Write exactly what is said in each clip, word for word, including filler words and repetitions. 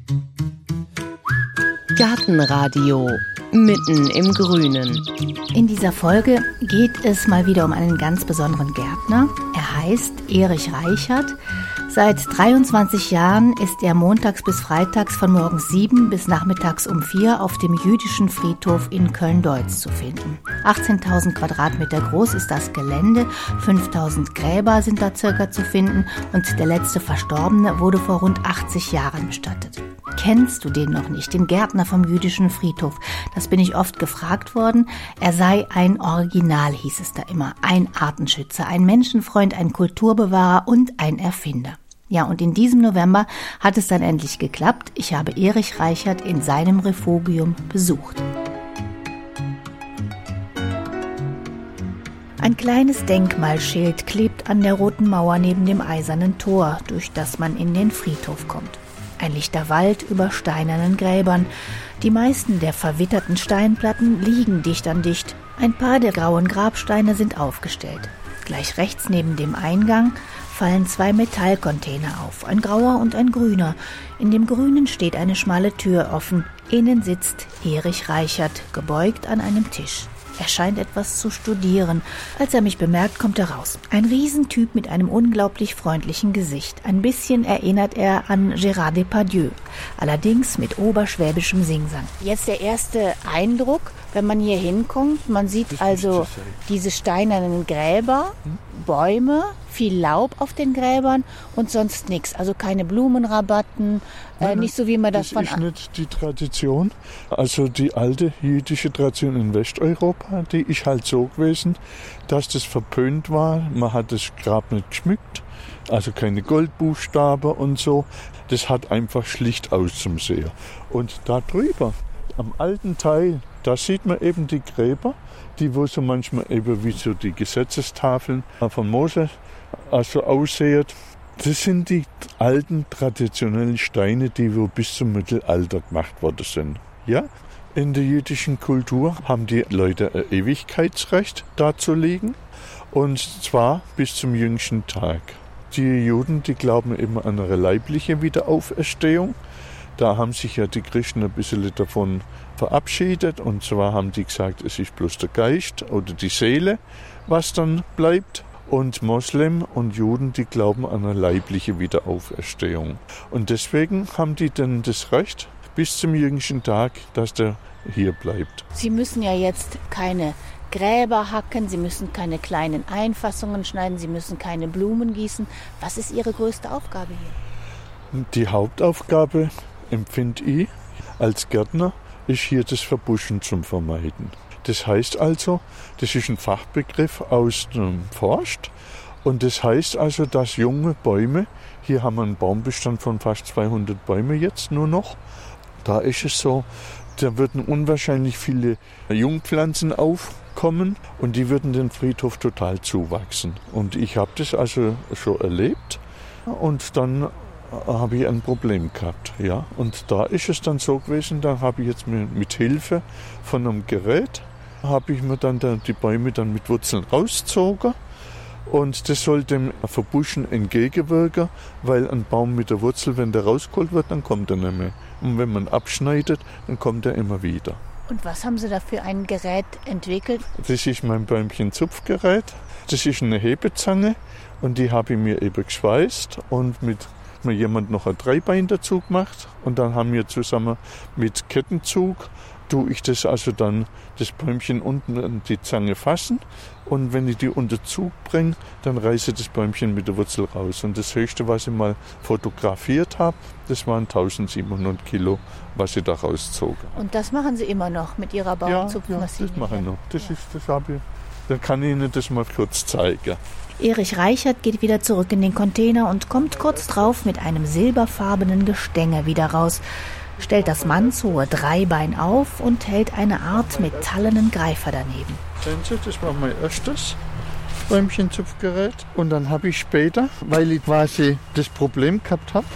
Gartenradio mitten im Grünen. In dieser Folge geht es mal wieder um einen ganz besonderen Gärtner. Er heißt Erich Reichert. Seit dreiundzwanzig Jahren ist er montags bis freitags von morgens sieben bis nachmittags um vier auf dem jüdischen Friedhof in Köln-Deutz zu finden. achtzehntausend Quadratmeter groß ist das Gelände, fünftausend Gräber sind da circa zu finden und der letzte Verstorbene wurde vor rund achtzig Jahren bestattet. Kennst du den noch nicht, den Gärtner vom jüdischen Friedhof? Das bin ich oft gefragt worden. Er sei ein Original, hieß es da immer. Ein Artenschützer, ein Menschenfreund, ein Kulturbewahrer und ein Erfinder. Ja, und in diesem November hat es dann endlich geklappt. Ich habe Erich Reichert in seinem Refugium besucht. Ein kleines Denkmalschild klebt an der roten Mauer neben dem eisernen Tor, durch das man in den Friedhof kommt. Ein lichter Wald über steinernen Gräbern. Die meisten der verwitterten Steinplatten liegen dicht an dicht. Ein paar der grauen Grabsteine sind aufgestellt. Gleich rechts neben dem Eingang fallen zwei Metallcontainer auf, ein grauer und ein grüner. In dem grünen steht eine schmale Tür offen. Innen sitzt Erich Reichert, gebeugt an einem Tisch. Er scheint etwas zu studieren. Als er mich bemerkt, kommt er raus. Ein Riesentyp mit einem unglaublich freundlichen Gesicht. Ein bisschen erinnert er an Gérard Depardieu, allerdings mit oberschwäbischem Singsang. Jetzt der erste Eindruck, wenn man hier hinkommt. Man sieht also diese steinernen Gräber, Bäume, viel Laub auf den Gräbern und sonst nichts. Also keine Blumenrabatten, äh, nicht so wie man das, das von... Das ist nicht die Tradition. Also die alte jüdische Tradition in Westeuropa, die ist halt so gewesen, dass das verpönt war. Man hat das Grab nicht geschmückt, also keine Goldbuchstaben und so. Das hat einfach schlicht auszusehen. Und da drüber, am alten Teil, da sieht man eben die Gräber, die wo so manchmal eben wie so die Gesetzestafeln von Mose also aussehen. Das sind die alten traditionellen Steine, die wo bis zum Mittelalter gemacht worden sind. Ja? In der jüdischen Kultur haben die Leute ein Ewigkeitsrecht da zu liegen, und zwar bis zum jüngsten Tag. Die Juden, die glauben immer an eine leibliche Wiederauferstehung. Da haben sich ja die Christen ein bisschen davon verabschiedet, und zwar haben die gesagt, es ist bloß der Geist oder die Seele, was dann bleibt. Und Moslem und Juden, die glauben an eine leibliche Wiederauferstehung. Und deswegen haben die dann das Recht bis zum jüngsten Tag, dass der hier bleibt. Sie müssen ja jetzt keine Gräber hacken, Sie müssen keine kleinen Einfassungen schneiden, Sie müssen keine Blumen gießen. Was ist Ihre größte Aufgabe hier? Die Hauptaufgabe, empfinde ich als Gärtner, ist hier das Verbuschen zum Vermeiden. Das heißt also, das ist ein Fachbegriff aus dem Forst, und das heißt also, dass junge Bäume, hier haben wir einen Baumbestand von fast zweihundert Bäume jetzt nur noch, da ist es so, da würden unwahrscheinlich viele Jungpflanzen aufkommen und die würden den Friedhof total zuwachsen. Und ich habe das also schon erlebt, und dann habe ich ein Problem gehabt. Ja. Und da ist es dann so gewesen, da habe ich jetzt mit, mit Hilfe von einem Gerät, habe ich mir dann die Bäume dann mit Wurzeln rausgezogen, und das soll dem Verbuschen entgegenwirken, weil ein Baum mit der Wurzel, wenn der rausgeholt wird, dann kommt er nicht mehr. Und wenn man abschneidet, dann kommt er immer wieder. Und was haben Sie da für ein Gerät entwickelt? Das ist mein Bäumchen-Zupfgerät. Das ist eine Hebezange, und die habe ich mir eben geschweißt und mit mir jemand noch ein Dreibein dazu gemacht, und dann haben wir zusammen mit Kettenzug, tue ich das also dann, das Bäumchen unten an die Zange fassen, und wenn ich die unter Zug bringe, dann reiße ich das Bäumchen mit der Wurzel raus. Und das höchste, was ich mal fotografiert habe, das waren tausendsiebenhundert Kilo, was ich da rauszog. Und das machen Sie immer noch mit Ihrer Baumzupfmaschine? Ja, das mache ich noch. Das ja. ist, das habe ich. Dann kann ich Ihnen das mal kurz zeigen. Erich Reichert geht wieder zurück in den Container und kommt kurz drauf mit einem silberfarbenen Gestänge wieder raus, stellt das mannshohe Dreibein auf und hält eine Art metallenen Greifer daneben. Sehen Sie, das war mein erstes Bäumchenzupfgerät. Und dann habe ich später, weil ich quasi das Problem gehabt habe,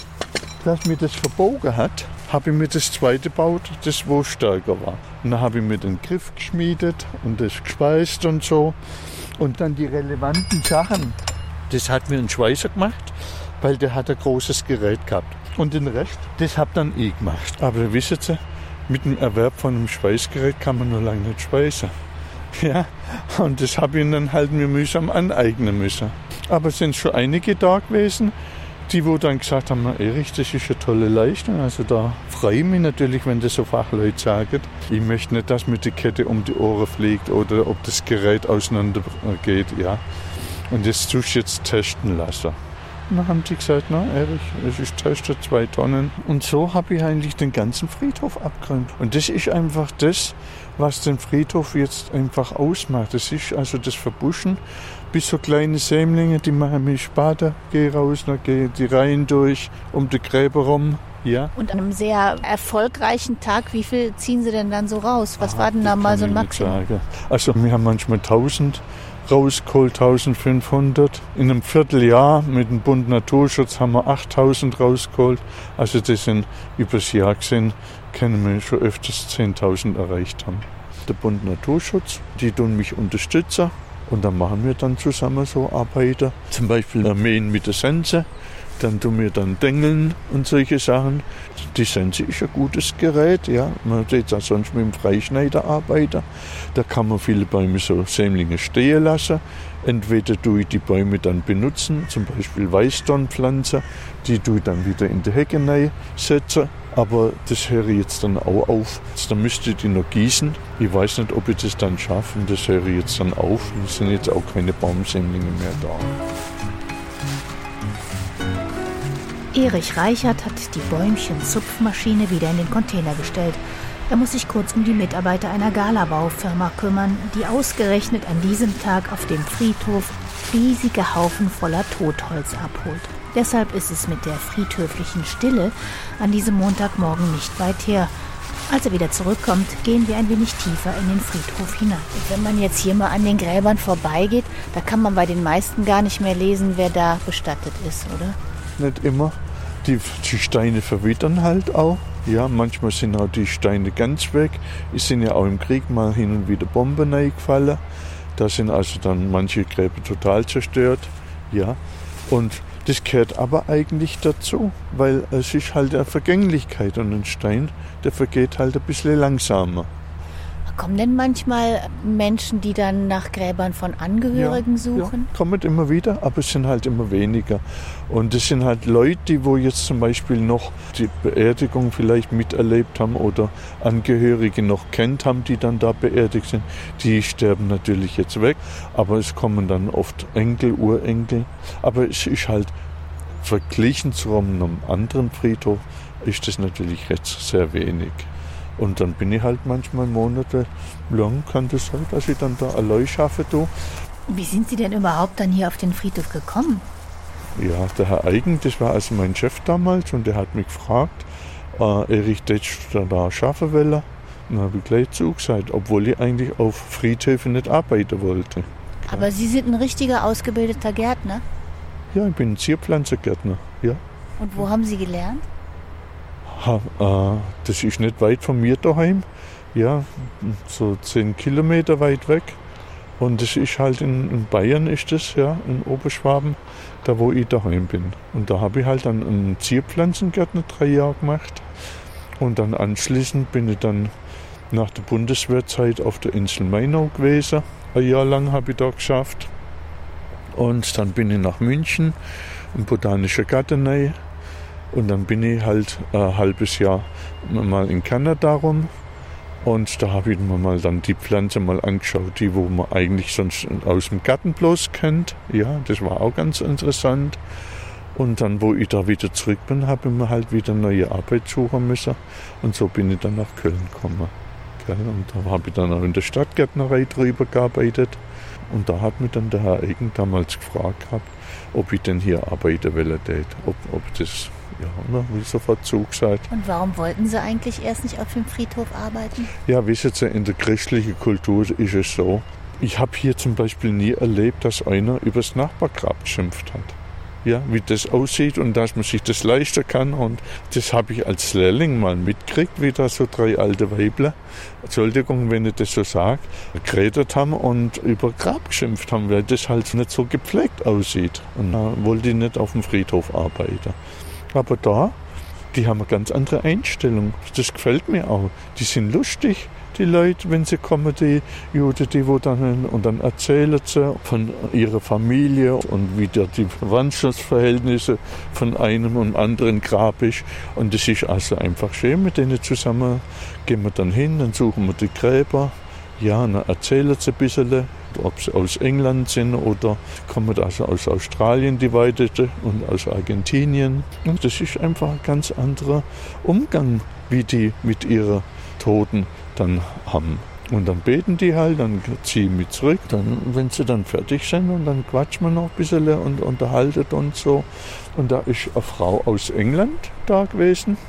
dass mir das verbogen hat, habe ich mir das zweite gebaut, das wo stärker war. Und dann habe ich mir den Griff geschmiedet und das geschweißt und so. Und dann die relevanten Sachen, das hat mir ein Schweißer gemacht, weil der hat ein großes Gerät gehabt. Und den Rest, das hab dann ich gemacht. Aber wissen Sie, mit dem Erwerb von einem Schweißgerät kann man nur lange nicht speisen. Ja, und das habe ich dann halt mir mühsam aneignen müssen. Aber es sind schon einige da gewesen, die wo dann gesagt haben, Erich, das ist eine tolle Leistung. Also da freue ich mich natürlich, wenn das so Fachleute sagen. Ich möchte nicht, dass mir die Kette um die Ohren fliegt oder ob das Gerät auseinandergeht. Ja. Und das tust du jetzt testen lassen. Und dann haben die gesagt, na Erich, es ist testet, zwei Tonnen. Und so habe ich eigentlich den ganzen Friedhof abgeräumt. Und das ist einfach das, was den Friedhof jetzt einfach ausmacht. Das ist also das Verbuschen, bis so kleine Sämlinge, die machen mich Spaten, gehe raus, dann gehe die Reihen durch, um die Gräber rum. Ja. Und an einem sehr erfolgreichen Tag, wie viel ziehen Sie denn dann so raus? Was Ah, war denn da mal so ein Maximum? Also wir haben manchmal tausend rausgeholt, eintausendfünfhundert. In einem Vierteljahr mit dem Bund Naturschutz haben wir achttausend rausgeholt. Also das sind übers Jahr gesehen, können wir schon öfters zehntausend erreicht haben. Der Bund Naturschutz, die tun mich unterstützen. Und dann machen wir dann zusammen so Arbeiten. Zum Beispiel mähen mit der Sense. Dann tun wir dann dengeln und solche Sachen. Die Sense ist ein gutes Gerät. Ja. Man sieht auch sonst mit dem Freischneider arbeiten. Da kann man viele Bäume so Sämlinge stehen lassen. Entweder tue ich die Bäume dann benutzen, zum Beispiel Weißdornpflanze. Die tue ich dann wieder in die Hecke setzen. Aber das höre ich jetzt dann auch auf. Dann müsste ich die noch gießen. Ich weiß nicht, ob ich das dann schaffe. Und das höre ich jetzt dann auf. Es sind jetzt auch keine Baumsämlinge mehr da. Erich Reichert hat die Bäumchen-Zupfmaschine wieder in den Container gestellt. Er muss sich kurz um die Mitarbeiter einer Galabaufirma kümmern, die ausgerechnet an diesem Tag auf dem Friedhof riesige Haufen voller Totholz abholt. Deshalb ist es mit der friedhöflichen Stille an diesem Montagmorgen nicht weit her. Als er wieder zurückkommt, gehen wir ein wenig tiefer in den Friedhof hinein. Wenn man jetzt hier mal an den Gräbern vorbeigeht, da kann man bei den meisten gar nicht mehr lesen, wer da bestattet ist, oder? Nicht immer. Die, die Steine verwittern halt auch. Ja, manchmal sind auch die Steine ganz weg. Es sind ja auch im Krieg mal hin und wieder Bomben reingefallen. Da sind also dann manche Gräber total zerstört. Ja, und das gehört aber eigentlich dazu, weil es ist halt eine Vergänglichkeit und ein Stein, der vergeht halt ein bisschen langsamer. Kommen denn manchmal Menschen, die dann nach Gräbern von Angehörigen ja, suchen? Ja, kommen immer wieder, aber es sind halt immer weniger. Und es sind halt Leute, die wo jetzt zum Beispiel noch die Beerdigung vielleicht miterlebt haben oder Angehörige noch kennt haben, die dann da beerdigt sind. Die sterben natürlich jetzt weg, aber es kommen dann oft Enkel, Urenkel. Aber es ist halt verglichen zu einem anderen Friedhof, ist das natürlich jetzt sehr wenig. Und dann bin ich halt manchmal monatelang, kann das sein, dass ich dann da allein schaffe. Da. Wie sind Sie denn überhaupt dann hier auf den Friedhof gekommen? Ja, der Herr Eigen, das war also mein Chef damals und der hat mich gefragt, äh, Erich, das da schaffen will. Und dann habe ich gleich zugesagt, obwohl ich eigentlich auf Friedhöfen nicht arbeiten wollte. Aber ja. Sie sind ein richtiger ausgebildeter Gärtner? Ja, ich bin ein Zierpflanzengärtner, ja. Und wo haben Sie gelernt? Ha, äh, das ist nicht weit von mir daheim, ja, so zehn Kilometer weit weg. Und das ist halt in, in Bayern, ist das, ja, in Oberschwaben, da wo ich daheim bin. Und da habe ich halt dann einen Zierpflanzengärtner drei Jahre gemacht. Und dann anschließend bin ich dann nach der Bundeswehrzeit auf der Insel Mainau gewesen. Ein Jahr lang habe ich da geschafft. Und dann bin ich nach München, in Botanische Gartenei. Und dann bin ich halt ein halbes Jahr mal in Kanada rum. Und da habe ich mir mal dann die Pflanze mal angeschaut, die wo man eigentlich sonst aus dem Garten bloß kennt. Ja, das war auch ganz interessant. Und dann, wo ich da wieder zurück bin, habe ich mir halt wieder neue Arbeit suchen müssen. Und so bin ich dann nach Köln gekommen. Und da habe ich dann auch in der Stadtgärtnerei drüber gearbeitet. Und da hat mich dann der Herr Eigen damals gefragt gehabt, ob ich denn hier arbeiten will, ob, ob das, ja, und dann habe ich sofort zugesagt. Und warum wollten Sie eigentlich erst nicht auf dem Friedhof arbeiten? Ja, wissen Sie, in der christlichen Kultur ist es so, ich habe hier zum Beispiel nie erlebt, dass einer übers Nachbargrab geschimpft hat. Ja, wie das aussieht und dass man sich das leisten kann. Und das habe ich als Lehrling mal mitgekriegt, wie da so drei alte Weibler, Entschuldigung, wenn ich das so sage, geredet haben und über Grab geschimpft haben, weil das halt nicht so gepflegt aussieht. Und da wollte ich nicht auf dem Friedhof arbeiten. Aber da die haben eine ganz andere Einstellung. Das gefällt mir auch. Die sind lustig, die Leute, wenn sie kommen, die Juden, die wo dann, und dann erzählen sie von ihrer Familie und wie die Verwandtschaftsverhältnisse von einem und anderen Grab ist. Und das ist also einfach schön, mit denen zusammen gehen wir dann hin, dann suchen wir die Gräber. Ja, dann erzählen sie ein bisschen, ob sie aus England sind oder kommen also aus Australien, die Weidete, und aus Argentinien. Und das ist einfach ein ganz anderer Umgang, wie die mit ihren Toten dann haben. Und dann beten die halt, dann ziehen wir zurück, dann, wenn sie dann fertig sind, und dann quatschen wir noch ein bisschen und unterhalten und so. Und da ist eine Frau aus England da gewesen.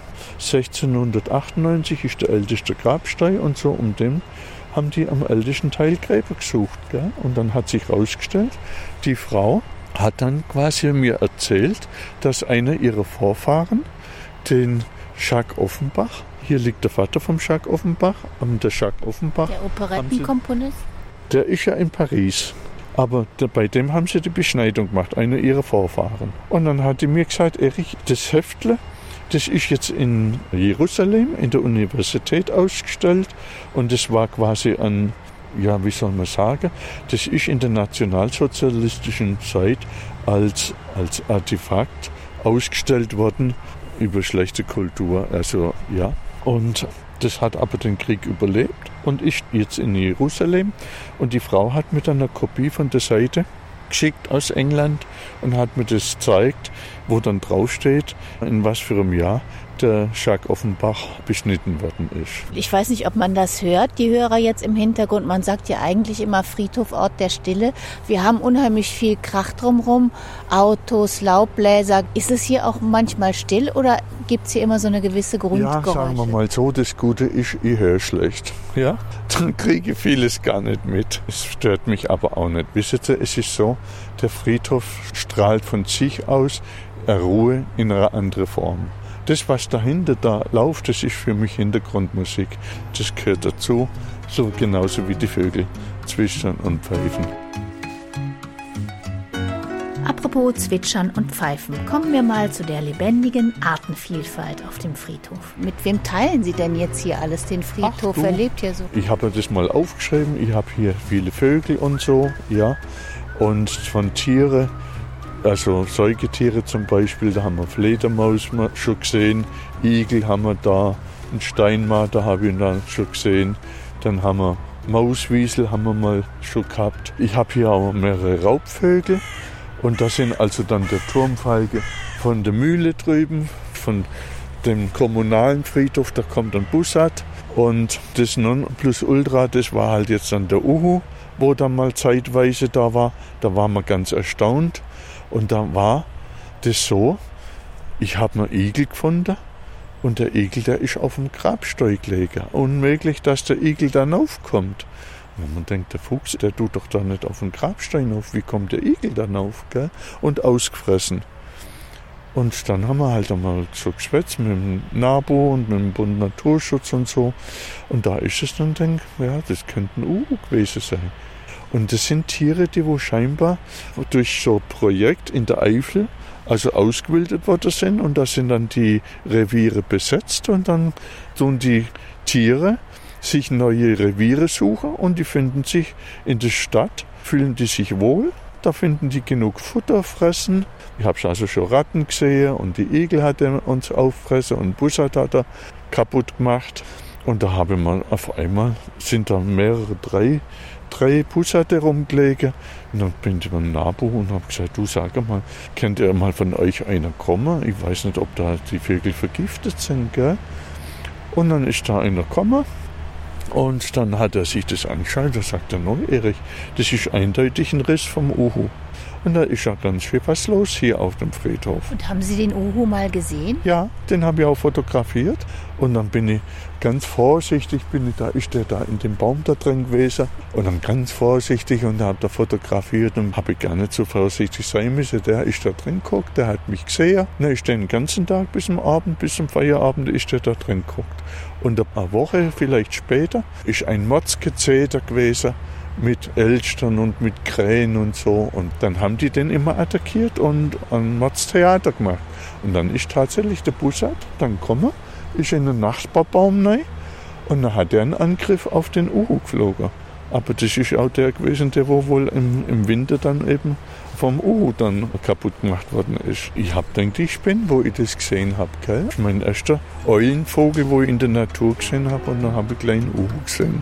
sechzehnhundertachtundneunzig ist der älteste Grabstein, und so um den haben die am ältesten Teil Gräber gesucht. Gell? Und dann hat sich herausgestellt, die Frau hat dann quasi mir erzählt, dass einer ihrer Vorfahren, den Jacques Offenbach, hier liegt der Vater vom Jacques Offenbach, und der Jacques Offenbach, der Operettenkomponist, der ist ja in Paris. Aber der, bei dem haben sie die Beschneidung gemacht, einer ihrer Vorfahren. Und dann hat die mir gesagt, Erich, das Heftle, das ist jetzt in Jerusalem, in der Universität ausgestellt, und das war quasi ein, ja, wie soll man sagen, das ist in der nationalsozialistischen Zeit als, als Artefakt ausgestellt worden über schlechte Kultur, also ja. Und das hat aber den Krieg überlebt und ist jetzt in Jerusalem, und die Frau hat mir dann eine Kopie von der Seite geschickt aus England und hat mir das gezeigt, wo dann draufsteht, in was für einem Jahr der Jacques Offenbach beschnitten worden ist. Ich weiß nicht, ob man das hört, die Hörer jetzt im Hintergrund. Man sagt ja eigentlich immer Friedhof, Ort der Stille. Wir haben unheimlich viel Krach drumherum, Autos, Laubbläser. Ist es hier auch manchmal still oder gibt es hier immer so eine gewisse Grundgeräusche? Ja, sagen wir mal so, das Gute ist, ich höre schlecht. Ja? Dann kriege ich vieles gar nicht mit. Es stört mich aber auch nicht. Wisst ihr, es ist so, der Friedhof strahlt von sich aus eine Ruhe in einer anderen Form. Das, was dahinter da läuft, das ist für mich Hintergrundmusik. Das gehört dazu, so genauso wie die Vögel zwitschern und pfeifen. Apropos Zwitschern und Pfeifen, kommen wir mal zu der lebendigen Artenvielfalt auf dem Friedhof. Mit wem teilen Sie denn jetzt hier alles den Friedhof? Wer lebt hier so? Ich habe das mal aufgeschrieben. Ich habe hier viele Vögel und so, ja. Und von Tieren, also Säugetiere zum Beispiel, da haben wir Fledermaus schon gesehen, Igel haben wir da, einen Steinmarder habe ich da schon gesehen, dann haben wir Mauswiesel haben wir mal schon gehabt. Ich habe hier auch mehrere Raubvögel, und das sind also dann der Turmfalke von der Mühle drüben, von dem kommunalen Friedhof, da kommt ein Bussard, und das Nonplusultra, das war halt jetzt dann der Uhu, wo dann mal zeitweise da war, da waren wir ganz erstaunt. Und da war das so, ich habe einen Igel gefunden, und der Igel, der ist auf dem Grabstein gelegen. Unmöglich, dass der Igel dann aufkommt. Und man denkt, der Fuchs, der tut doch da nicht auf den Grabstein auf. Wie kommt der Igel dann auf? Gell? Und ausgefressen. Und dann haben wir halt einmal so geschwätzt mit dem NABU und mit dem Bund Naturschutz und so. Und da ist es dann, denke ich, ja, das könnte ein Uhu gewesen sein. Und das sind Tiere, die wo scheinbar durch so ein Projekt in der Eifel also ausgebildet worden sind, und da sind dann die Reviere besetzt, und dann tun die Tiere sich neue Reviere suchen, und die finden sich in der Stadt, fühlen die sich wohl, da finden die genug Futter fressen. Ich habe also schon Ratten gesehen, und die Igel hat uns auffressen, und Bussard hat er kaputt gemacht. Und da habe ich mal auf einmal, sind da mehrere, drei drei Bussarde rumgelegen. Und dann bin ich beim Nabu und habe gesagt, du sag mal, könnt ihr mal von euch einer kommen? Ich weiß nicht, ob da die Vögel vergiftet sind, gell? Und dann ist da einer gekommen, und dann hat er sich das angeschaut, da sagt er, no, Erich, das ist eindeutig ein Riss vom Uhu. Und da ist ja ganz viel was los hier auf dem Friedhof. Und haben Sie den Uhu mal gesehen? Ja, den habe ich auch fotografiert. Und dann bin ich ganz vorsichtig, bin ich da, ist der da in dem Baum da drin gewesen. Und dann ganz vorsichtig und habe da fotografiert und habe ich gar nicht so vorsichtig sein müssen. Der ist da drin geguckt, der hat mich gesehen. Dann ist der den ganzen Tag bis zum Abend, bis zum Feierabend ist der da drin geguckt. Und eine Woche vielleicht später ist ein Mordsgezeter gewesen mit Elstern und mit Krähen und so. Und dann haben die den immer attackiert und ein Mordstheater gemacht. Und dann ist tatsächlich der Bussard dann gekommen, ist in den Nachbarbaum rein und dann hat er einen Angriff auf den Uhu geflogen. Aber das ist auch der gewesen, der wo wohl im, im Winter dann eben vom Uhu dann kaputt gemacht worden ist. Ich hab gedacht, ich bin, wo ich das gesehen habe. Gell? Das ist mein erster Eulenvogel, wo ich in der Natur gesehen habe und dann habe ich gleich einen Uhu gesehen.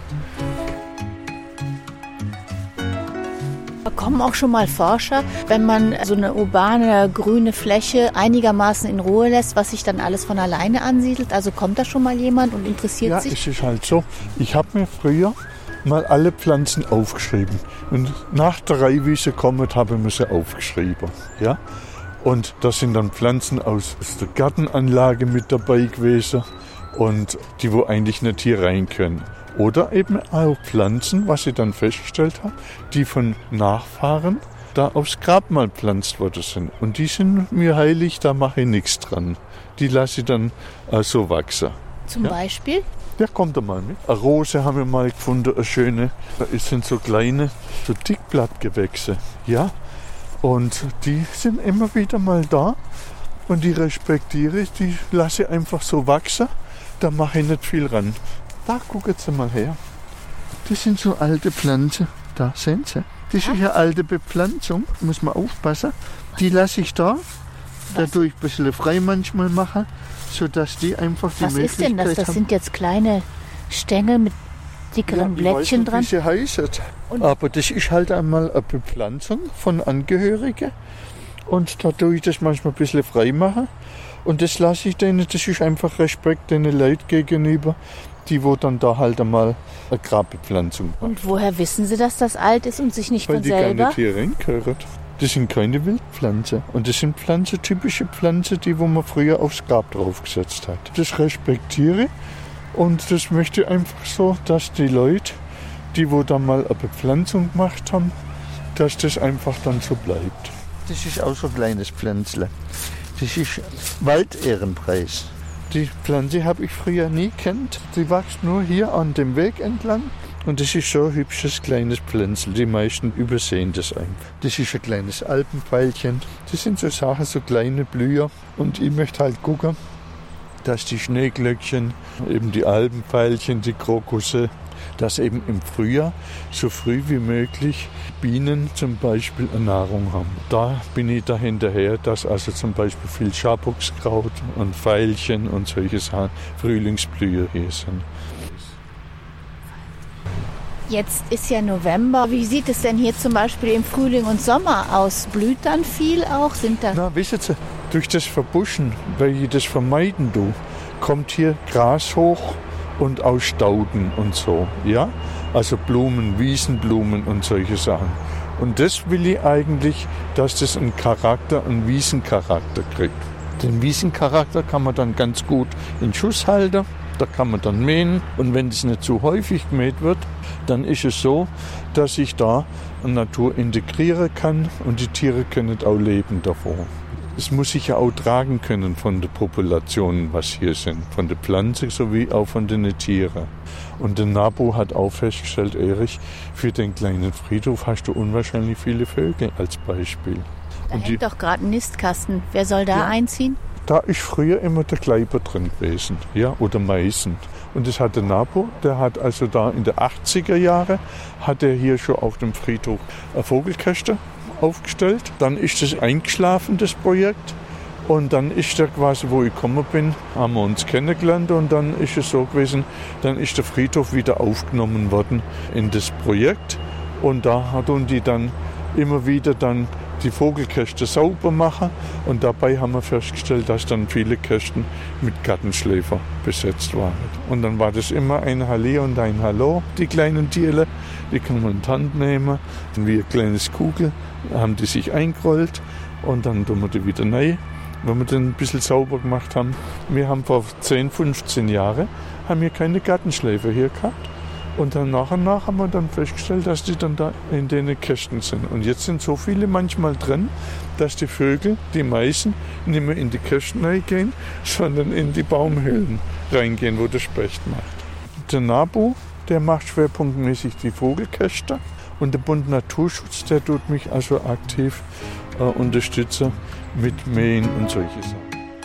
Kommen auch schon mal Forscher, wenn man so eine urbane, grüne Fläche einigermaßen in Ruhe lässt, was sich dann alles von alleine ansiedelt? Also kommt da schon mal jemand und interessiert ja, sich? Ja, es ist halt so. Ich habe mir früher mal alle Pflanzen aufgeschrieben. Und nach der Reihwiese kommend habe ich mir sie aufgeschrieben. Ja? Und da sind dann Pflanzen aus, aus der Gartenanlage mit dabei gewesen und die, wo eigentlich nicht hier rein können. Oder eben auch Pflanzen, was ich dann festgestellt habe, die von Nachfahren da aufs Grabmal gepflanzt worden sind. Und die sind mir heilig, da mache ich nichts dran. Die lasse ich dann äh, so wachsen. Zum ja? Beispiel? Ja, kommt da mal mit. Eine Rose haben wir mal gefunden, eine schöne. Da sind so kleine, so Dickblattgewächse. Ja, und die sind immer wieder mal da. Und die respektiere ich, die lasse ich einfach so wachsen. Da mache ich nicht viel ran. Da, gucken Sie mal her. Das sind so alte Pflanzen. Da, sehen Sie. Das ist eine alte Bepflanzung, muss man aufpassen. Die lasse ich da, dadurch ein bisschen frei manchmal machen, sodass die einfach die Was Möglichkeit ist denn das? Das haben. sind jetzt kleine Stängel mit dickeren ja, Blättchen ich weiß nicht, dran. wie sie heißen. Aber das ist halt einmal eine Bepflanzung von Angehörigen. Und da tue ich das manchmal ein bisschen frei machen. Und das lasse ich denen, das ist einfach Respekt den Leuten gegenüber, die wo dann da halt einmal eine Grabbepflanzung machen. Und woher wissen Sie, dass das alt ist und sich nicht Weil von die selber? gar nicht hier reingehören. Das sind keine Wildpflanzen. Und das sind Pflanzen, typische Pflanzen, die wo man früher aufs Grab draufgesetzt hat. Das respektiere ich und das möchte ich einfach so, dass die Leute, die wo da mal eine Bepflanzung gemacht haben, dass das einfach dann so bleibt. Das ist auch so ein kleines Pflänzle. Das ist Waldehrenpreis. Die Pflanze habe ich früher nie kennt. Die wächst nur hier an dem Weg entlang. Und das ist so ein hübsches kleines Pflänzchen. Die meisten übersehen das einfach. Das ist ein kleines Alpenveilchen. Das sind so Sachen, so kleine Blüher. Und ich möchte halt gucken, dass die Schneeglöckchen, eben die Alpenveilchen, die Krokusse, dass eben im Frühjahr so früh wie möglich Bienen zum Beispiel eine Nahrung haben. Da bin ich da hinterher, dass also zum Beispiel viel Schabuchskraut und Veilchen und solche Sachen Frühlingsblüher hier sind. Jetzt ist ja November. Wie sieht es denn hier zum Beispiel im Frühling und Sommer aus? Blüht dann viel auch? Sind da Na, wissen Sie, durch das Verbuschen, weil ich das vermeiden tue, kommt hier Gras hoch und auch Stauden und so, ja? Also Blumen, Wiesenblumen und solche Sachen. Und das will ich eigentlich, dass das einen Charakter, einen Wiesencharakter kriegt. Den Wiesencharakter kann man dann ganz gut in Schuss halten, da kann man dann mähen. Und wenn das nicht zu häufig gemäht wird, dann ist es so, dass ich da eine Natur integrieren kann und die Tiere können auch leben davor. Es muss sich ja auch tragen können von den Populationen, was hier sind, von der Pflanze sowie auch von den Tieren. Und der Nabu hat auch festgestellt, Erich, für den kleinen Friedhof hast du unwahrscheinlich viele Vögel als Beispiel. Da und hängt die, doch gerade ein Nistkasten. Wer soll da ja, einziehen? Da ist früher immer der Kleiber drin gewesen, ja, oder Meißen. Und das hat der Nabu, der hat also da in den achtziger Jahren, hat er hier schon auf dem Friedhof eine Vogelkäste aufgestellt. Dann ist es eingeschlafen, das Projekt. Und dann ist er quasi, wo ich gekommen bin, haben wir uns kennengelernt. Und dann ist es so gewesen, dann ist der Friedhof wieder aufgenommen worden in das Projekt. Und da hat uns die dann immer wieder dann die Vogelkäste sauber machen. Und dabei haben wir festgestellt, dass dann viele Kästen mit Gartenschläfer besetzt waren. Und dann war das immer ein Halli und ein Hallo, die kleinen Tierle. Die kann man in die Hand nehmen, wie ein kleines Kugel, haben die sich eingerollt und dann tun wir die wieder rein. wenn wir den ein bisschen sauber gemacht haben. Wir haben vor zehn, fünfzehn Jahren haben wir keine Gartenschläfer hier gehabt. Und dann nach und nach haben wir dann festgestellt, dass die dann da in den Kästen sind. Und jetzt sind so viele manchmal drin, dass die Vögel, die Meisen, nicht mehr in die Kästen reingehen, sondern in die Baumhöhlen reingehen, wo der Specht macht. Der NABU, der macht schwerpunktmäßig die Vogelkäste. Und der Bund Naturschutz, der tut mich also aktiv äh, unterstützen mit Mähen und solche Sachen.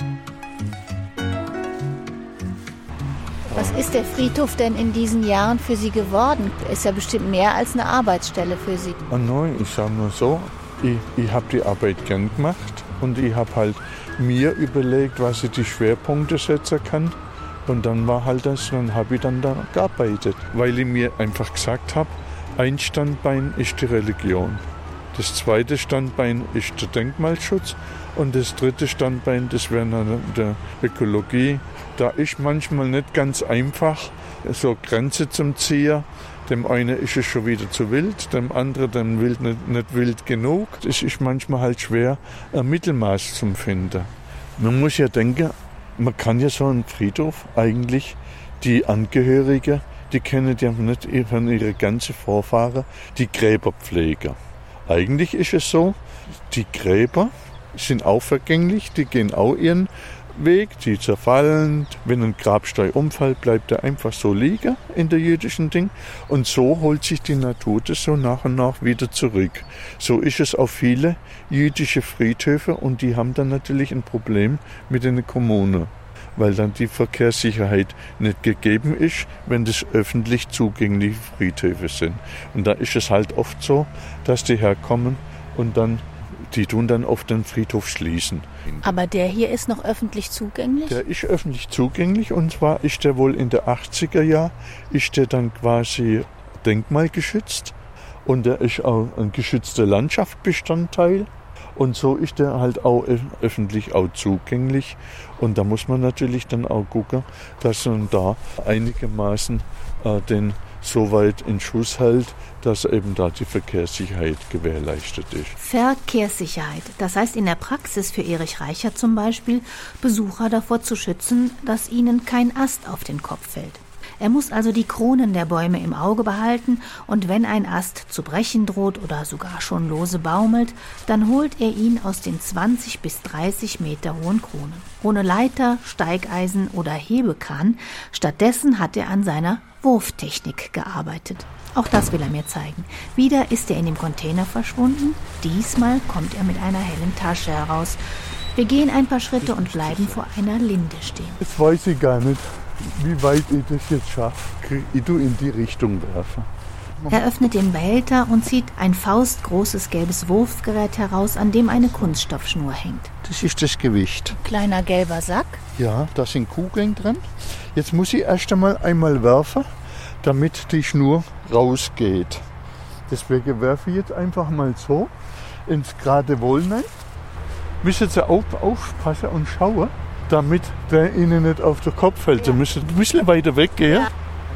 Was ist der Friedhof denn in diesen Jahren für Sie geworden? Ist ja bestimmt mehr als eine Arbeitsstelle für Sie. Oh nein, ich sage nur so, ich, ich habe die Arbeit gern gemacht und ich habe halt mir überlegt, was ich die Schwerpunkte setzen kann. Und dann war halt das, dann habe ich dann da gearbeitet, weil ich mir einfach gesagt habe, ein Standbein ist die Religion, das zweite Standbein ist der Denkmalschutz und das dritte Standbein, das wäre dann der Ökologie. Da ist manchmal nicht ganz einfach, so Grenze zum Ziehen. Dem einen ist es schon wieder zu wild, dem anderen dem wild nicht, nicht wild genug. Es ist manchmal halt schwer, ein Mittelmaß zu finden. Man muss ja denken, man kann ja so einen Friedhof eigentlich, die Angehörigen, die kennen ja nicht von ihre ganzen Vorfahren, die Gräberpfleger. Eigentlich ist es so, die Gräber sind auch vergänglich, die gehen auch ihren Weg, die zerfallen. Wenn ein Grabstein umfällt, bleibt er einfach so liegen in der jüdischen Ding. Und so holt sich die Natur das so nach und nach wieder zurück. So ist es auf viele jüdische Friedhöfe und die haben dann natürlich ein Problem mit den Kommunen, weil dann die Verkehrssicherheit nicht gegeben ist, wenn das öffentlich zugängliche Friedhöfe sind. Und da ist es halt oft so, dass die herkommen und dann die tun dann oft den Friedhof schließen. Aber der hier ist noch öffentlich zugänglich? Der ist öffentlich zugänglich und zwar ist der wohl in der achtziger Jahren, ist der dann quasi denkmalgeschützt und der ist auch ein geschützter Landschaftsbestandteil und so ist der halt auch öffentlich auch zugänglich und da muss man natürlich dann auch gucken, dass man da einigermaßen äh, den so weit in Schuss hält, dass eben da die Verkehrssicherheit gewährleistet ist. Verkehrssicherheit, das heißt in der Praxis für Erich Reichert zum Beispiel, Besucher davor zu schützen, dass ihnen kein Ast auf den Kopf fällt. Er muss also die Kronen der Bäume im Auge behalten und wenn ein Ast zu brechen droht oder sogar schon lose baumelt, dann holt er ihn aus den zwanzig bis dreißig Meter hohen Kronen. Ohne Leiter, Steigeisen oder Hebekran, stattdessen hat er an seiner Wurftechnik gearbeitet. Auch das will er mir zeigen. Wieder ist er in dem Container verschwunden. Diesmal kommt er mit einer hellen Tasche heraus. Wir gehen ein paar Schritte und bleiben vor einer Linde stehen. Jetzt weiß ich gar nicht, wie weit ich das jetzt schaffe. Ich tue in die Richtung werfen. Er öffnet den Behälter und zieht ein faustgroßes gelbes Wurfgerät heraus, an dem eine Kunststoffschnur hängt. Das ist das Gewicht. Kleiner gelber Sack. Ja, da sind Kugeln drin. Jetzt muss ich erst einmal einmal werfen, damit die Schnur rausgeht. Deswegen werfe ich jetzt einfach mal so ins gerade Wollnein. Müssen Sie auf, aufpassen und schauen, damit der Ihnen nicht auf den Kopf fällt. Sie müssen ein bisschen weiter weggehen. Ja.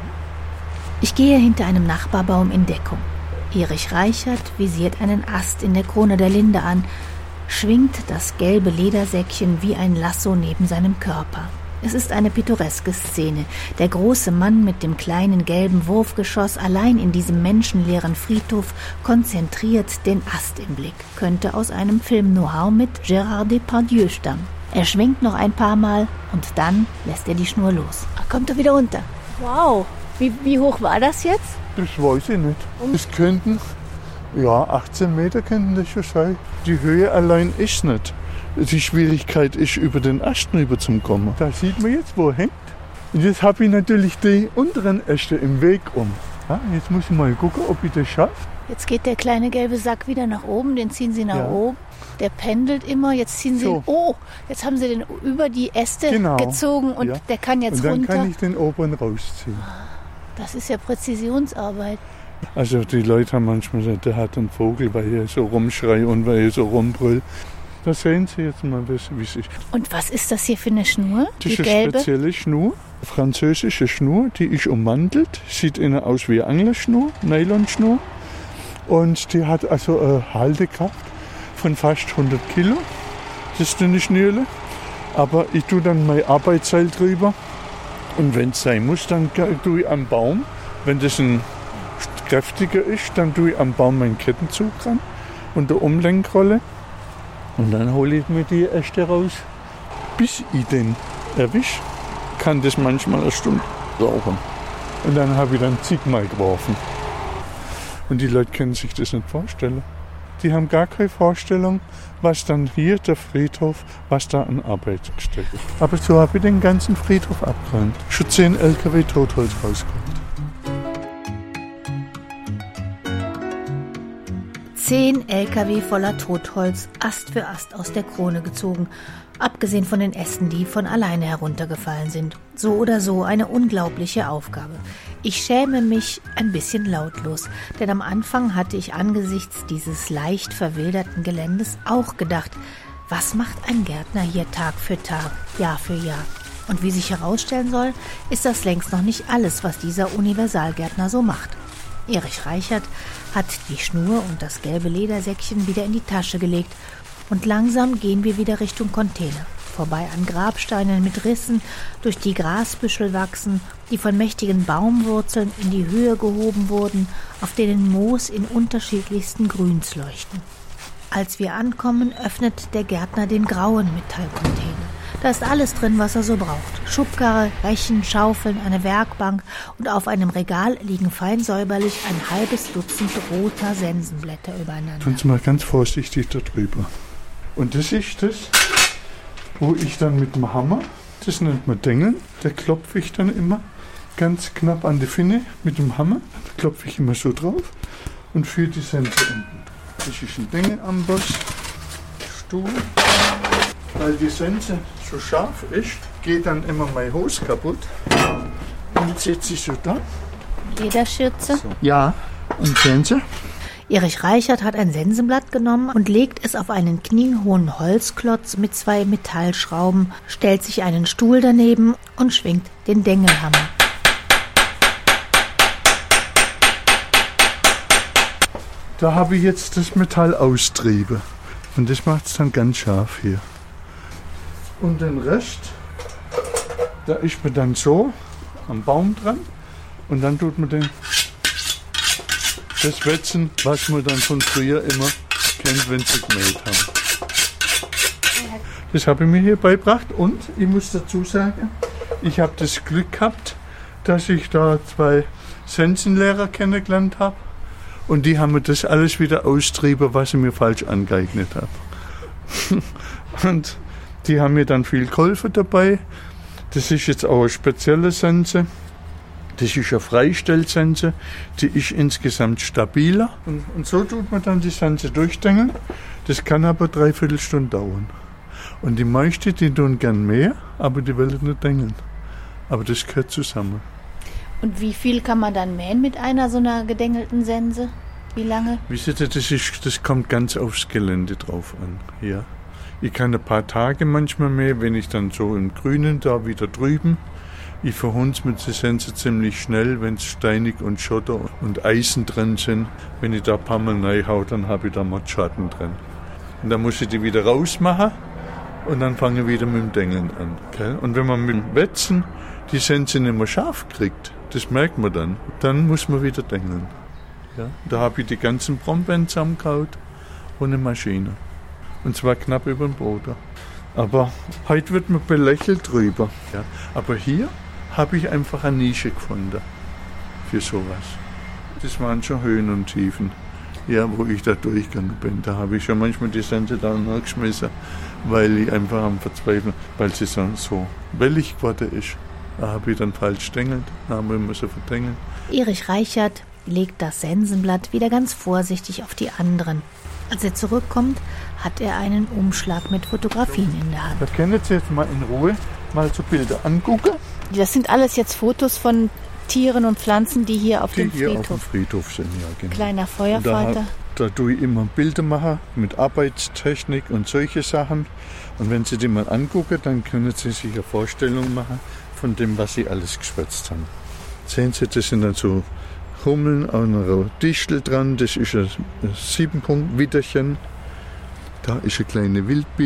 Ich gehe hinter einem Nachbarbaum in Deckung. Erich Reichert visiert einen Ast in der Krone der Linde an, schwingt das gelbe Ledersäckchen wie ein Lasso neben seinem Körper. Es ist eine pittoreske Szene. Der große Mann mit dem kleinen gelben Wurfgeschoss allein in diesem menschenleeren Friedhof konzentriert den Ast im Blick. Könnte aus einem Film Know-how mit Gérard Depardieu stammen. Er schwingt noch ein paar Mal und dann lässt er die Schnur los. Ach, kommt er wieder runter. Wow, wie, wie hoch war das jetzt? Das weiß ich nicht. Es könnten, ja, achtzehn Meter könnten das schon sein. Die Höhe allein ist nicht. Die Schwierigkeit ist, über den Ast rüber zu kommen. Da sieht man jetzt, wo er hängt. Und jetzt habe ich natürlich die unteren Äste im Weg um. Ja, jetzt muss ich mal gucken, ob ich das schaffe. Jetzt geht der kleine gelbe Sack wieder nach oben, den ziehen Sie nach ja. oben. Der pendelt immer, jetzt ziehen Sie, so. oh, jetzt haben Sie den über die Äste genau. gezogen und ja. der kann jetzt runter. Und dann runter. Kann ich den oberen rausziehen. Das ist ja Präzisionsarbeit. Also die Leute haben manchmal gesagt, der hat einen Vogel, weil er so rumschreit und weil er so rumbrüllt. Da sehen Sie jetzt mal, wie es ist. Und was ist das hier für eine Schnur? Das ist eine spezielle Schnur, französische Schnur, die ist ummantelt. Sieht innen aus wie eine Anglerschnur, Nylonschnur. Und die hat also eine Haltekraft von fast hundert Kilo. das dünne Schnürle. Aber ich tue dann mein Arbeitsseil drüber. Und wenn es sein muss, dann tue ich am Baum, wenn das ein kräftiger ist, dann tue ich am Baum meinen Kettenzug ran und der Umlenkrolle. Und dann hole ich mir die Äste raus. Bis ich den erwische, kann das manchmal eine Stunde dauern. Und dann habe ich dann zigmal geworfen. Und die Leute können sich das nicht vorstellen. Die haben gar keine Vorstellung, was dann hier der Friedhof, was da an Arbeit steckt. Aber so habe ich den ganzen Friedhof abgeräumt. Schon zehn L K W Totholz rausgeholt. Zehn L K W voller Totholz, Ast für Ast aus der Krone gezogen. Abgesehen von den Ästen, die von alleine heruntergefallen sind. So oder so eine unglaubliche Aufgabe. Ich schäme mich ein bisschen lautlos, denn am Anfang hatte ich angesichts dieses leicht verwilderten Geländes auch gedacht, was macht ein Gärtner hier Tag für Tag, Jahr für Jahr? Und wie sich herausstellen soll, ist das längst noch nicht alles, was dieser Universalgärtner so macht. Erich Reichert hat die Schnur und das gelbe Ledersäckchen wieder in die Tasche gelegt und langsam gehen wir wieder Richtung Container. Vorbei an Grabsteinen mit Rissen, durch die Grasbüschel wachsen, die von mächtigen Baumwurzeln in die Höhe gehoben wurden, auf denen Moos in unterschiedlichsten Grüns leuchten. Als wir ankommen, öffnet der Gärtner den grauen Metallcontainer. Da ist alles drin, was er so braucht. Schubkarre, Rechen, Schaufeln, eine Werkbank und auf einem Regal liegen fein säuberlich ein halbes Dutzend roter Sensenblätter übereinander. Tun Sie mal ganz vorsichtig da drüber. Und das ist das, wo ich dann mit dem Hammer, das nennt man Dengeln, da klopfe ich dann immer ganz knapp an die Finne mit dem Hammer. Da klopfe ich immer so drauf und führe die Sense unten. Das ist ein Dengelamboss, Stuhl. Weil die Sense so scharf ist, geht dann immer meine Hose kaputt. Und jetzt setze ich so da. Lederschürze? So. Ja, und Sense. Erich Reichert hat ein Sensenblatt genommen und legt es auf einen kniehohen Holzklotz mit zwei Metallschrauben, stellt sich einen Stuhl daneben und schwingt den Dengelhammer. Da habe ich jetzt das Metall austrieben. Und das macht es dann ganz scharf hier. Und den Rest, da ist man dann so am Baum dran. Und dann tut man den, das Wetzen, was man dann von früher immer kennt, wenn sie gemäht haben. Das habe ich mir hier beigebracht. Und ich muss dazu sagen, ich habe das Glück gehabt, dass ich da zwei Sensenlehrer kennengelernt habe. Und die haben mir das alles wieder austrieben, was ich mir falsch angeeignet habe. Und die haben mir dann viel geholfen dabei. Das ist jetzt auch eine spezielle Sense. Das ist eine Freistellsense. Die ist insgesamt stabiler. Und, und so tut man dann die Sense durchdengeln. Das kann aber dreiviertel Stunden dauern. Und die meisten, die tun gern mehr, aber die wollen nicht dengeln. Aber das gehört zusammen. Und wie viel kann man dann mähen mit einer so einer gedengelten Sense? Wie lange? Wisst ihr, das, ist, das kommt ganz aufs Gelände drauf an. Ja. Ich kann ein paar Tage manchmal mähen, wenn ich dann so im Grünen da wieder drüben. Ich verhunze mit der Sense ziemlich schnell, wenn es steinig und Schotter und Eisen drin sind. Wenn ich da ein paar Mal reinhaue, dann habe ich da Mottschatten drin. Und dann muss ich die wieder rausmachen und dann fange ich wieder mit dem Dengeln an. Gell? Und wenn man mit dem Wetzen die Sense nicht mehr scharf kriegt, das merkt man dann. Dann muss man wieder dengeln. Ja, da habe ich die ganzen Brombeeren zusammengehauen und eine Maschine. Und zwar knapp über den Boden. Aber heute wird man belächelt drüber. Ja, aber hier habe ich einfach eine Nische gefunden für sowas. Das waren schon Höhen und Tiefen, ja, wo ich da durchgegangen bin. Da habe ich schon manchmal die Sense da nachgeschmissen, weil ich einfach am Verzweifeln, weil sie so, so wellig geworden ist. Da habe ich dann falsch stängelt, da haben wir müssen verdengeln. Erich Reichert legt das Sensenblatt wieder ganz vorsichtig auf die anderen. Als er zurückkommt, hat er einen Umschlag mit Fotografien in der Hand. Da können Sie jetzt mal in Ruhe mal so Bilder angucken. Das sind alles jetzt Fotos von Tieren und Pflanzen, die hier auf die dem hier Friedhof, auf dem Friedhof sind. Ja, genau. Kleiner Feuerfalter. Da, da tue ich immer Bilder machen mit Arbeitstechnik und solche Sachen. Und wenn Sie die mal angucken, dann können Sie sich eine Vorstellung machen von dem, was Sie alles geschwätzt haben. Sehen Sie, das sind dann so Hummeln an einer Distel dran. Das ist ein Siebenpunkt-Widderchen. Da ist eine kleine Wildbiene.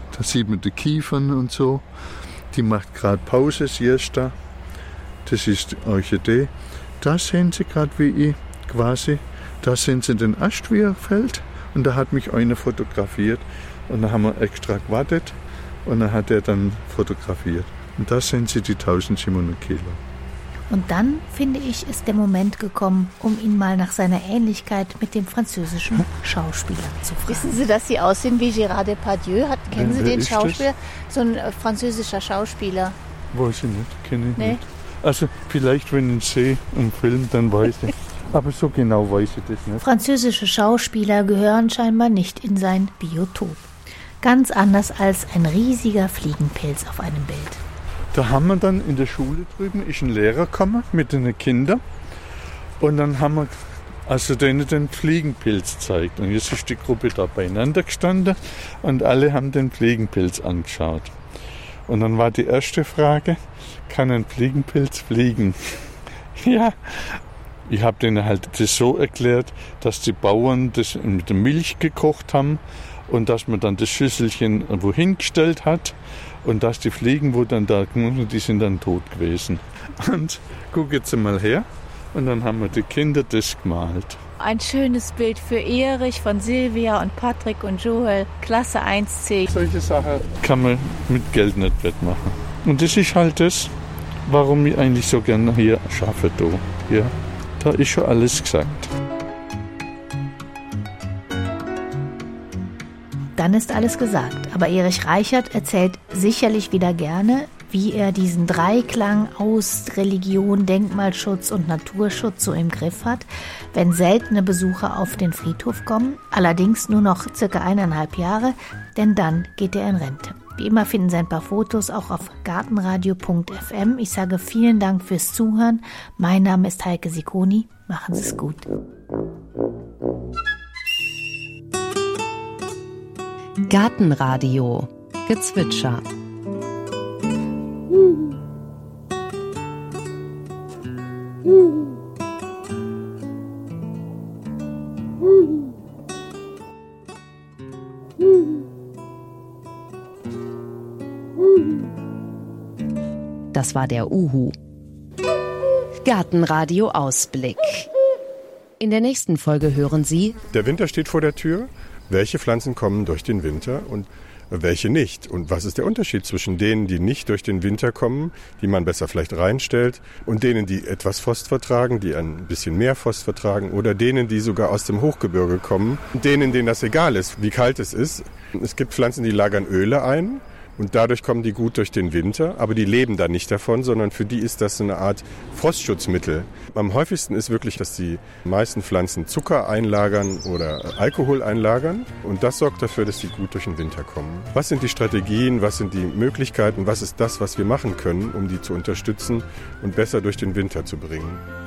Da sieht man die Kiefern und so. Die macht gerade Pause, Siesta. Das ist die Orchidee. Da sehen Sie gerade, wie ich quasi, da sehen Sie den Ast, wie er fällt. Und da hat mich einer fotografiert. Und da haben wir extra gewartet. Und dann hat er dann fotografiert. Und da sehen Sie die tausendsiebenhundert Kilo. Und dann, finde ich, ist der Moment gekommen, um ihn mal nach seiner Ähnlichkeit mit dem französischen Schauspieler zu fragen. Wissen Sie, dass Sie aussehen wie Gérard Depardieu? Hat, kennen Ja, Sie wer den ist Schauspieler? So ein äh, französischer Schauspieler. Weiß ich nicht, kenne ich Nee. nicht. Also vielleicht, wenn ich ihn sehe im Film, dann weiß ich. Aber so genau weiß ich das nicht. Französische Schauspieler gehören scheinbar nicht in sein Biotop. Ganz anders als ein riesiger Fliegenpilz auf einem Bild. Da haben wir dann in der Schule drüben, ist ein Lehrer gekommen mit den Kindern. Und dann haben wir also denen den Fliegenpilz gezeigt. Und jetzt ist die Gruppe da beieinander gestanden und alle haben den Fliegenpilz angeschaut. Und dann war die erste Frage, kann ein Fliegenpilz fliegen? Ja, ich habe denen halt das so erklärt, dass die Bauern das mit der Milch gekocht haben und dass man dann das Schüsselchen wohin gestellt hat und dass die Fliegen, wo dann da, die sind dann tot gewesen. Und guck jetzt mal her. Und dann haben wir die Kinder das gemalt. Ein schönes Bild für Erich von Silvia und Patrick und Joel. Klasse eins C. Solche Sachen kann man mit Geld nicht wettmachen. Und das ist halt das, warum ich eigentlich so gerne hier schaffe. Da. Ja, da ist schon alles gesagt. Dann ist alles gesagt. Aber Erich Reichert erzählt sicherlich wieder gerne, wie er diesen Dreiklang aus Religion, Denkmalschutz und Naturschutz so im Griff hat, wenn seltene Besucher auf den Friedhof kommen, allerdings nur noch circa eineinhalb Jahre, denn dann geht er in Rente. Wie immer finden Sie ein paar Fotos auch auf gartenradio punkt f m. Ich sage vielen Dank fürs Zuhören. Mein Name ist Heike Sikoni. Machen Sie es gut. Gartenradio Gezwitscher. Das war der Uhu. Gartenradio Ausblick. In der nächsten Folge hören Sie: Der Winter steht vor der Tür. Welche Pflanzen kommen durch den Winter und welche nicht? Und was ist der Unterschied zwischen denen, die nicht durch den Winter kommen, die man besser vielleicht reinstellt, und denen, die etwas Frost vertragen, die ein bisschen mehr Frost vertragen, oder denen, die sogar aus dem Hochgebirge kommen, denen, denen das egal ist, wie kalt es ist? Es gibt Pflanzen, die lagern Öle ein. Und dadurch kommen die gut durch den Winter, aber die leben dann nicht davon, sondern für die ist das eine Art Frostschutzmittel. Am häufigsten ist wirklich, dass die meisten Pflanzen Zucker einlagern oder Alkohol einlagern. Und das sorgt dafür, dass die gut durch den Winter kommen. Was sind die Strategien, was sind die Möglichkeiten, was ist das, was wir machen können, um die zu unterstützen und besser durch den Winter zu bringen?